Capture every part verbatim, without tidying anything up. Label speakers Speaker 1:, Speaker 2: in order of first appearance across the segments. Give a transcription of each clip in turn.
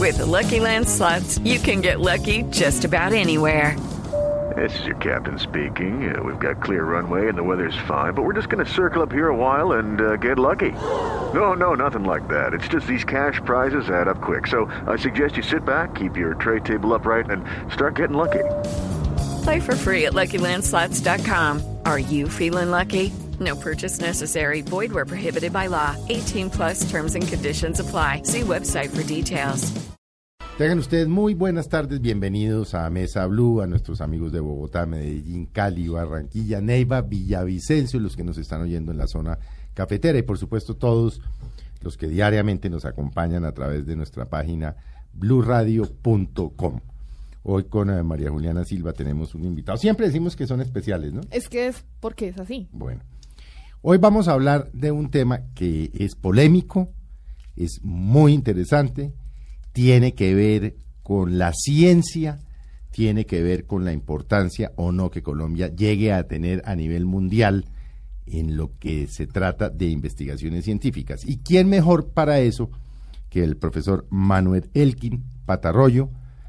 Speaker 1: With the Lucky Land Slots, you can get lucky just about anywhere.
Speaker 2: This is your captain speaking. Uh, we've got clear runway and the weather's fine, but we're just going to circle up here a while and uh, get lucky. No, no, nothing like that. It's just these cash prizes add up quick. So I suggest you sit back, keep your tray table upright, and start getting lucky.
Speaker 1: Play for free at Lucky Land Slots dot com. Are you feeling lucky? No purchase necessary. Void where prohibited by law. eighteen plus terms and conditions apply. See website for details.
Speaker 3: Tengan ustedes muy buenas tardes, bienvenidos a Mesa Blue, a nuestros amigos de Bogotá, Medellín, Cali, Barranquilla, Neiva, Villavicencio, los que nos están oyendo en la zona cafetera y por supuesto todos los que diariamente nos acompañan a través de nuestra página blue radio punto com. Hoy con eh, María Juliana Silva tenemos un invitado, siempre decimos que son especiales, ¿no?
Speaker 4: Es que es porque es así.
Speaker 3: Bueno, hoy vamos a hablar de un tema que es polémico, es muy interesante, tiene que ver con la ciencia, tiene que ver con la importancia o no que Colombia llegue a tener a nivel mundial en lo que se trata de investigaciones científicas. ¿Y quién mejor para eso que el profesor Manuel Elkin Patarroyo?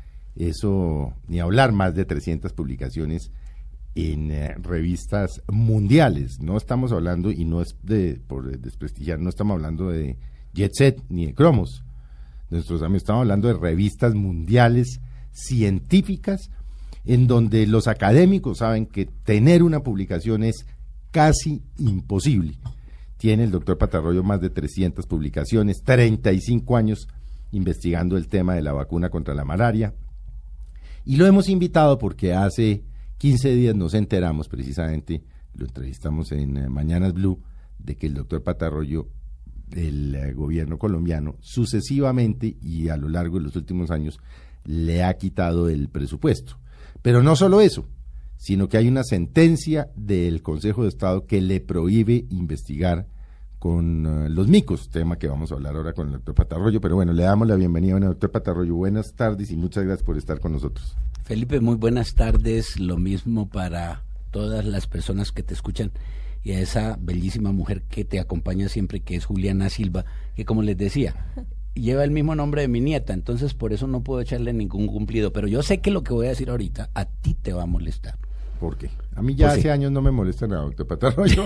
Speaker 3: Eso, ni hablar, más de trescientas publicaciones en eh, revistas mundiales. No estamos hablando, y no es de por desprestigiar, no estamos hablando de Jet Set ni de Cromos. Nuestros amigos, estamos hablando de revistas mundiales científicas en donde los académicos saben que tener una publicación es casi imposible. Tiene el doctor Patarroyo más de trescientas publicaciones, treinta y cinco años investigando el tema de la vacuna contra la malaria, y lo hemos invitado porque hace quince días nos enteramos, precisamente, lo entrevistamos en eh, Mañanas Blue, de que el doctor Patarroyo del eh, gobierno colombiano sucesivamente y a lo largo de los últimos años le ha quitado el presupuesto. Pero no solo eso, sino que hay una sentencia del Consejo de Estado que le prohíbe investigar con uh, los micos, tema que vamos a hablar ahora con el doctor Patarroyo. Pero bueno, le damos la bienvenida. Bueno, doctor Patarroyo, buenas tardes y muchas gracias por estar con nosotros.
Speaker 5: Felipe, muy buenas tardes, lo mismo para todas las personas que te escuchan y a esa bellísima mujer que te acompaña siempre, que es Juliana Silva, que como les decía, lleva el mismo nombre de mi nieta, entonces por eso no puedo echarle ningún cumplido, pero yo sé que lo que voy a decir ahorita a ti te va a molestar.
Speaker 3: ¿Por qué? A mí ya pues hace sí. años no me molesta nada, doctor Patarroyo.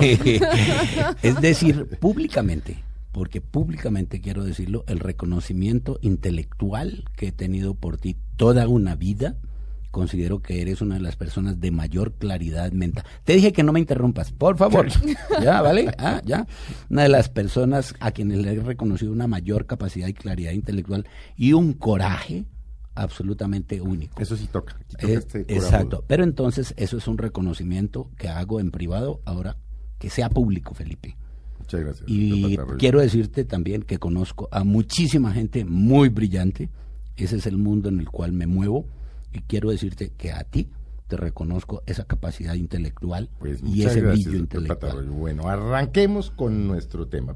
Speaker 5: Es decir, públicamente, porque públicamente quiero decirlo, el reconocimiento intelectual que he tenido por ti toda una vida, considero que eres una de las personas de mayor claridad mental. Te dije que no me interrumpas, por favor. Ya, ¿vale? Ah, ya. Una de las personas a quienes le he reconocido una mayor capacidad y claridad intelectual y un coraje absolutamente único.
Speaker 3: Eso sí toca. toca
Speaker 5: eh,
Speaker 3: este
Speaker 5: exacto. Pero entonces eso es un reconocimiento que hago en privado, ahora que sea público, Felipe.
Speaker 3: Muchas gracias.
Speaker 5: Y quiero decirte también que conozco a muchísima gente muy brillante. Ese es el mundo en el cual me muevo. Y quiero decirte que a ti te reconozco esa capacidad intelectual
Speaker 3: pues
Speaker 5: y ese
Speaker 3: gracias,
Speaker 5: brillo intelectual.
Speaker 3: Patarroyo. Bueno, arranquemos con nuestro tema.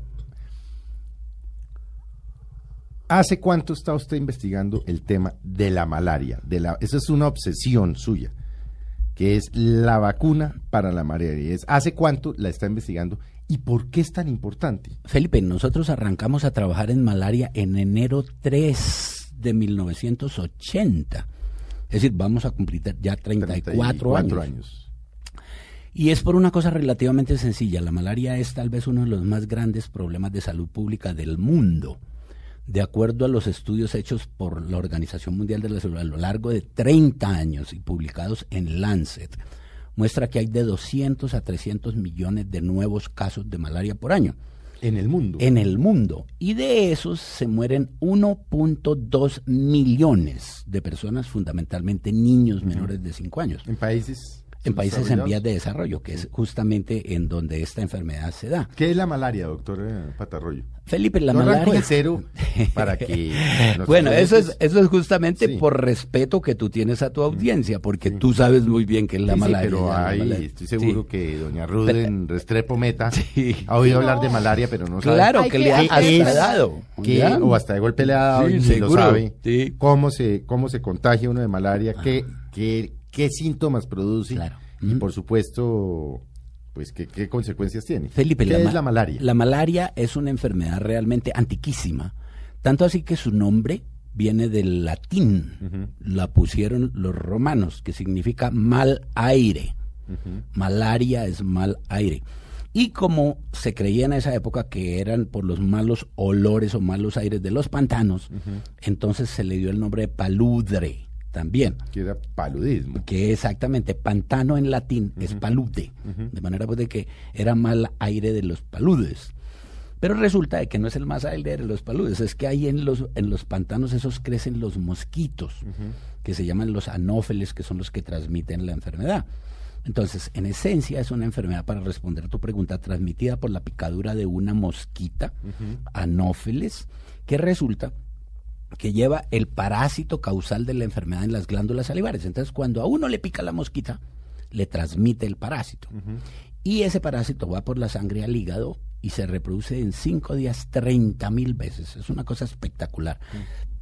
Speaker 3: ¿Hace cuánto está usted investigando el tema de la malaria? De la, esa es una obsesión suya, que es la vacuna para la malaria. Es, ¿hace cuánto la está investigando y por qué es tan importante?
Speaker 5: Felipe, nosotros arrancamos a trabajar en malaria en enero tres de mil novecientos ochenta. Es decir, vamos a cumplir ya treinta y cuatro años. años. Y es por una cosa relativamente sencilla. La malaria es tal vez uno de los más grandes problemas de salud pública del mundo. De acuerdo a los estudios hechos por la Organización Mundial de la Salud a lo largo de treinta años y publicados en Lancet, muestra que hay de doscientos a trescientos millones de nuevos casos de malaria por año.
Speaker 3: En el mundo.
Speaker 5: En el mundo. Y de esos se mueren uno punto dos millones de personas, fundamentalmente niños uh-huh. menores de cinco años.
Speaker 3: En países...
Speaker 5: En países en vías de desarrollo, que es justamente en donde esta enfermedad se da.
Speaker 3: ¿Qué es la malaria, doctor Patarroyo?
Speaker 5: Felipe, la
Speaker 3: Yo
Speaker 5: malaria...
Speaker 3: de cero para que...
Speaker 5: Bueno, eso es, eso es justamente sí. por respeto que tú tienes a tu audiencia, porque sí. tú sabes muy bien qué es la
Speaker 3: sí,
Speaker 5: malaria.
Speaker 3: Sí, pero hay,
Speaker 5: malaria.
Speaker 3: estoy seguro sí. que doña Ruden Restrepo Meta
Speaker 5: sí.
Speaker 3: ha oído no. hablar de malaria, pero no sabe.
Speaker 5: Claro, que, que le ha dado.
Speaker 3: Que, o hasta de golpe le ha dado sí, y ni lo sabe.
Speaker 5: Sí.
Speaker 3: Cómo se cómo se contagia uno de malaria, qué, qué, qué síntomas produce.
Speaker 5: Claro.
Speaker 3: Y por supuesto, pues ¿qué, qué consecuencias tiene?
Speaker 5: Felipe,
Speaker 3: ¿qué
Speaker 5: la
Speaker 3: es
Speaker 5: ma-
Speaker 3: la malaria?
Speaker 5: La malaria es una enfermedad realmente antiquísima, tanto así que su nombre viene del latín, uh-huh. la pusieron los romanos, que significa mal aire. Uh-huh. Malaria es mal aire. Y como se creía en esa época que eran por los malos olores o malos aires de los pantanos, uh-huh. entonces se le dio el nombre de paludre también.
Speaker 3: Que era paludismo.
Speaker 5: Que exactamente, pantano en latín uh-huh. es palude, uh-huh. de manera pues de que era mal aire de los paludes. Pero resulta de que no es el más aire de los paludes, es que ahí en los, en los pantanos esos crecen los mosquitos, uh-huh. que se llaman los anófeles, que son los que transmiten la enfermedad. Entonces, en esencia es una enfermedad, para responder a tu pregunta, transmitida por la picadura de una mosquita, uh-huh. anófeles, que resulta que lleva el parásito causal de la enfermedad en las glándulas salivares. Entonces, cuando a uno le pica la mosquita, le transmite el parásito. Uh-huh. Y ese parásito va por la sangre al hígado y se reproduce en cinco días treinta mil veces. Es una cosa espectacular. Uh-huh.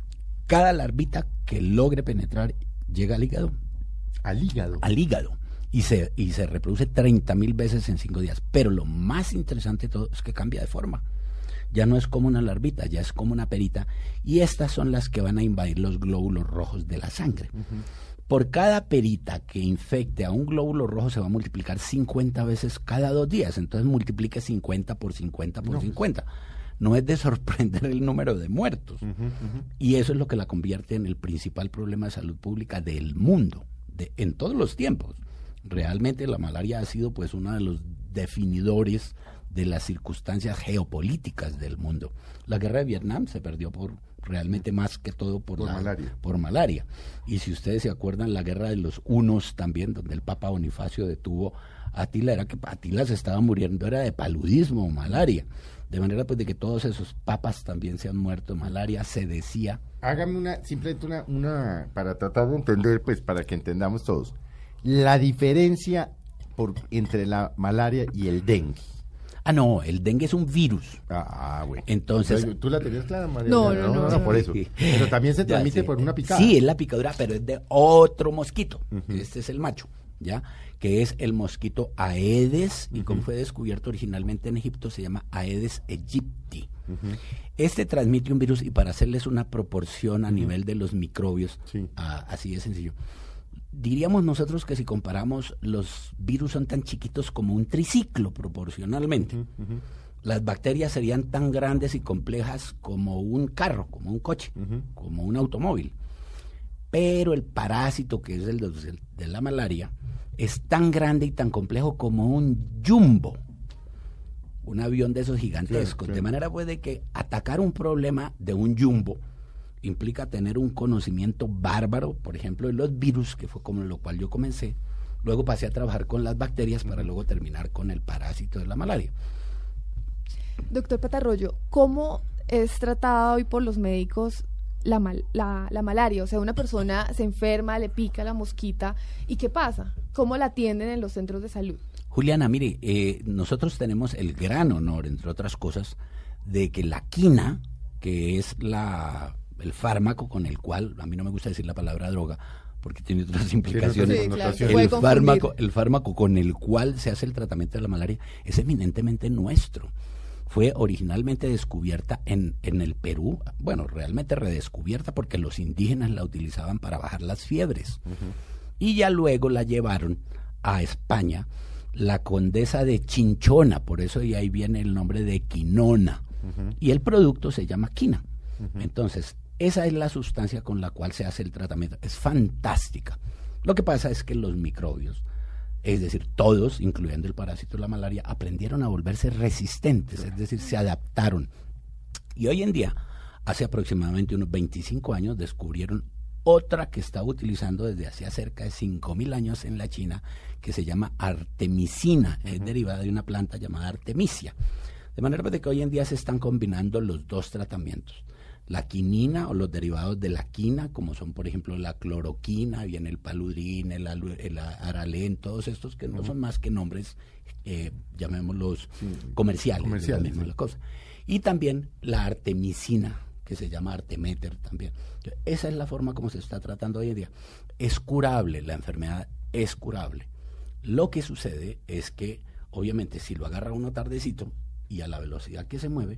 Speaker 5: Cada larvita que logre penetrar llega al hígado.
Speaker 3: ¿Al hígado?
Speaker 5: Al hígado. Y se, y se reproduce treinta mil veces en cinco días. Pero lo más interesante de todo es que cambia de forma. Ya no es como una larvita, ya es como una perita. Y estas son las que van a invadir los glóbulos rojos de la sangre. Uh-huh. Por cada perita que infecte a un glóbulo rojo se va a multiplicar cincuenta veces cada dos días. Entonces multiplique cincuenta por cincuenta por no, cincuenta. No es de sorprender el número de muertos. Uh-huh, uh-huh. Y eso es lo que la convierte en el principal problema de salud pública del mundo, de, en todos los tiempos. Realmente la malaria ha sido pues uno de los definidores de las circunstancias geopolíticas del mundo. La guerra de Vietnam se perdió por realmente más que todo por,
Speaker 3: por,
Speaker 5: la,
Speaker 3: malaria.
Speaker 5: por malaria. Y si ustedes se acuerdan, la guerra de los hunos también, donde el Papa Bonifacio detuvo a Atila, era que Atila se estaba muriendo, era de paludismo o malaria. De manera pues de que todos esos papas también se han muerto de malaria, se decía.
Speaker 3: Hágame una, simplemente una, una, para tratar de entender, pues para que entendamos todos. La diferencia por, entre la malaria y el dengue.
Speaker 5: Ah, no, el dengue es un virus.
Speaker 3: Ah, bueno.
Speaker 5: Entonces,
Speaker 3: ¿tú la tenías clara, María?
Speaker 4: No, no, no, no, no,
Speaker 3: por eso. Pero también se transmite
Speaker 5: sé.
Speaker 3: por una picada.
Speaker 5: Sí, es la picadura, pero es de otro mosquito.
Speaker 3: Uh-huh.
Speaker 5: Este es el macho, ¿ya? Que es el mosquito Aedes, uh-huh. y como fue descubierto originalmente en Egipto, se llama Aedes aegypti. Uh-huh. Este transmite un virus, y para hacerles una proporción a uh-huh. nivel de los microbios, sí. a, así de sencillo, diríamos nosotros que si comparamos, los virus son tan chiquitos como un triciclo proporcionalmente. Uh-huh, uh-huh. Las bacterias serían tan grandes y complejas como un carro, como un coche, uh-huh. como un automóvil. Pero el parásito, que es el de, de la malaria, es tan grande y tan complejo como un jumbo, un avión de esos gigantescos. Claro, claro. De manera pues de que atacar un problema de un jumbo implica tener un conocimiento bárbaro, por ejemplo, de los virus, que fue como lo cual yo comencé. Luego pasé a trabajar con las bacterias para luego terminar con el parásito de la malaria.
Speaker 4: Doctor Patarroyo, ¿cómo es tratada hoy por los médicos la, mal, la, la malaria? O sea, una persona se enferma, le pica la mosquita, ¿y qué pasa? ¿Cómo la atienden en los centros de salud?
Speaker 5: Juliana, mire, eh, nosotros tenemos el gran honor, entre otras cosas, de que la quina, que es la... el fármaco con el cual, a mí no me gusta decir la palabra droga, porque tiene otras implicaciones. Sí, claro, el, fármaco, el fármaco con el cual se hace el tratamiento de la malaria es eminentemente nuestro. Fue originalmente descubierta en, en el Perú, bueno, realmente redescubierta porque los indígenas la utilizaban para bajar las fiebres. Uh-huh. Y ya luego la llevaron a España, la condesa de Chinchona, por eso y ahí viene el nombre de quinona. Uh-huh. Y el producto se llama quina. Uh-huh. Entonces, esa es la sustancia con la cual se hace el tratamiento. Es fantástica. Lo que pasa es que los microbios, es decir, todos, incluyendo el parásito de la malaria, aprendieron a volverse resistentes, es decir, se adaptaron. Y hoy en día, hace aproximadamente unos veinticinco años, descubrieron otra que estaba utilizando desde hacía cerca de cinco mil años en la China, que se llama artemisina, uh-huh. es derivada de una planta llamada artemisia. De manera de que hoy en día se están combinando los dos tratamientos. La quinina o los derivados de la quina, como son por ejemplo la cloroquina, viene el paludrin, el, el aralén, todos estos que no uh-huh. son más que nombres, eh, llamémoslos sí. comerciales,
Speaker 3: comerciales sí.
Speaker 5: la cosa. Y también la artemisina, que se llama artemeter también. Esa es la forma como se está tratando hoy en día. Es curable, la enfermedad es curable. Lo que sucede es que, obviamente, si lo agarra uno tardecito y a la velocidad que se mueve,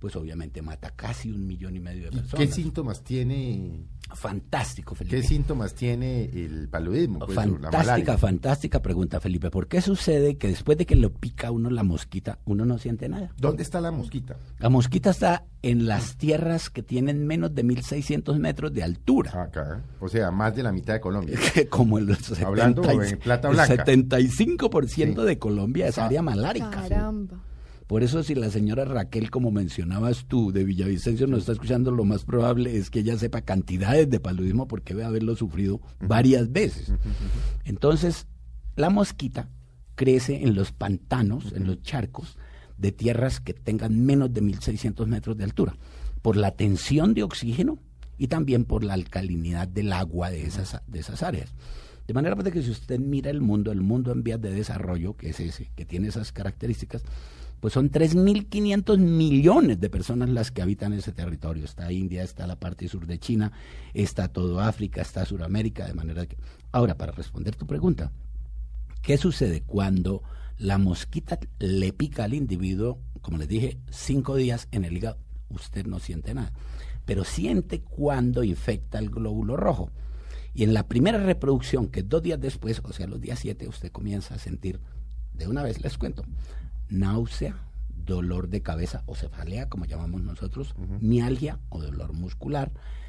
Speaker 5: pues obviamente mata casi un millón y medio de
Speaker 3: ¿Y
Speaker 5: personas.
Speaker 3: qué síntomas tiene?
Speaker 5: Fantástico, Felipe.
Speaker 3: ¿Qué síntomas tiene el paludismo? Pues,
Speaker 5: fantástica, fantástica pregunta, Felipe. ¿Por qué sucede que después de que lo pica uno la mosquita, uno no siente nada?
Speaker 3: ¿Dónde está la mosquita?
Speaker 5: La mosquita está en las tierras que tienen menos de mil seiscientos metros de altura.
Speaker 3: Acá, o sea, más de la mitad de Colombia.
Speaker 5: Como el
Speaker 3: Hablando
Speaker 5: setenta,
Speaker 3: en plata blanca.
Speaker 5: El setenta y cinco por ciento
Speaker 3: Sí.
Speaker 5: de Colombia es
Speaker 3: Ah,
Speaker 5: área malárica.
Speaker 4: Caramba.
Speaker 5: Por eso, si la señora Raquel, como mencionabas tú, de Villavicencio, nos está escuchando, lo más probable es que ella sepa cantidades de paludismo porque debe haberlo sufrido varias veces. Entonces, la mosquita crece en los pantanos, en los charcos de tierras que tengan menos de mil seiscientos metros de altura, por la tensión de oxígeno y también por la alcalinidad del agua de esas, de esas áreas. De manera pues, de que si usted mira el mundo, el mundo en vías de desarrollo, que es ese, que tiene esas características, pues son tres mil quinientos millones de personas las que habitan ese territorio. Está India, está la parte sur de China, está todo África, está Sudamérica, de manera que... Ahora, para responder tu pregunta, ¿qué sucede cuando la mosquita le pica al individuo? Como les dije, cinco días en el hígado, usted no siente nada, pero siente cuando infecta el glóbulo rojo. Y en la primera reproducción, que es dos días después, o sea, los días siete, usted comienza a sentir, de una vez les cuento, náusea, dolor de cabeza o cefalea, como llamamos nosotros, uh-huh. mialgia o dolor muscular,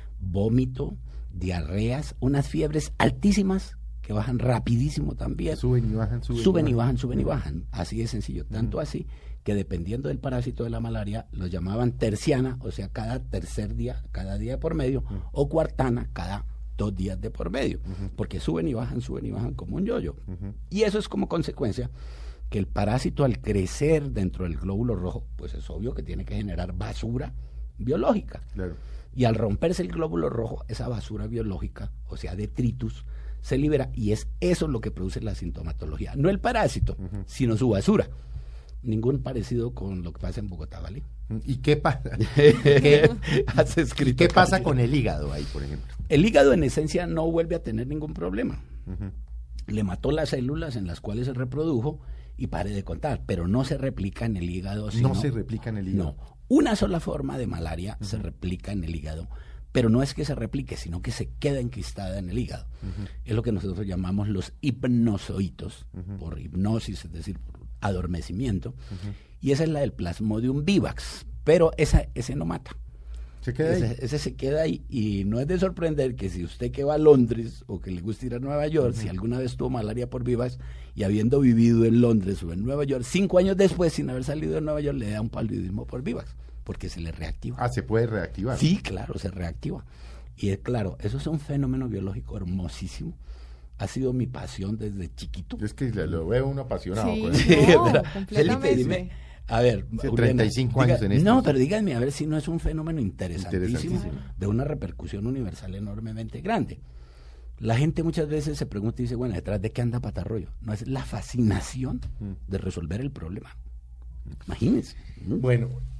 Speaker 5: vómito, diarreas, unas fiebres altísimas que bajan rapidísimo también.
Speaker 3: Suben y bajan, suben,
Speaker 5: suben y
Speaker 3: bajan.
Speaker 5: bajan, suben y bajan. Así de sencillo. Tanto uh-huh. así que dependiendo del parásito de la malaria, lo llamaban terciana, o sea, cada tercer día, cada día por medio, uh-huh. o cuartana, cada dos días de por medio, uh-huh. porque suben y bajan, suben y bajan como un yoyo. Uh-huh. Y eso es como consecuencia que el parásito al crecer dentro del glóbulo rojo, pues es obvio que tiene que generar basura biológica. Claro. Y al romperse el glóbulo rojo, esa basura biológica, o sea, detritus, se libera y es eso lo que produce la sintomatología. No el parásito, uh-huh. sino su basura. Ningún parecido con lo que pasa en Bogotá, ¿vale?
Speaker 3: ¿Y qué pasa? ¿Qué,
Speaker 5: ¿Has escrito
Speaker 3: ¿Qué pasa con el hígado ahí, por ejemplo?
Speaker 5: El hígado en esencia no vuelve a tener ningún problema.
Speaker 3: Uh-huh.
Speaker 5: Le mató las células en las cuales se reprodujo y pare de contar, pero no se replica en el hígado. Sino,
Speaker 3: no se replica en el hígado.
Speaker 5: No, una sola forma de malaria uh-huh. se replica en el hígado, pero no es que se replique, sino que se queda enquistada en el hígado. Uh-huh. Es lo que nosotros llamamos los hipnozoitos, uh-huh. por hipnosis, es decir, por adormecimiento, uh-huh. y esa es la del Plasmodium vivax, pero esa, ese no mata.
Speaker 3: Se queda
Speaker 5: ese,
Speaker 3: ahí.
Speaker 5: ese se queda ahí, y no es de sorprender que si usted que va a Londres o que le gusta ir a Nueva York, uh-huh. si alguna vez tuvo malaria por vivax y habiendo vivido en Londres o en Nueva York, cinco años después, sin haber salido de Nueva York, le da un paludismo por vivax, porque se le reactiva.
Speaker 3: Ah, ¿se puede reactivar?
Speaker 5: Sí, claro, se reactiva. Y es claro, eso es un fenómeno biológico hermosísimo. Ha sido mi pasión desde chiquito.
Speaker 3: Es que lo veo uno apasionado.
Speaker 4: Sí,
Speaker 3: con
Speaker 4: no,
Speaker 5: pero,
Speaker 4: completamente.
Speaker 5: Felipe, dime, a ver,
Speaker 3: Hace treinta y cinco
Speaker 5: diga,
Speaker 3: años en esto.
Speaker 5: No, pero díganme a ver si no es un fenómeno interesantísimo,
Speaker 3: Interesantísimo.
Speaker 5: de una repercusión universal enormemente grande. La gente muchas veces se pregunta y dice, bueno, ¿detrás de qué anda Patarroyo? No, es la fascinación de resolver el problema. Imagínense.
Speaker 3: Bueno,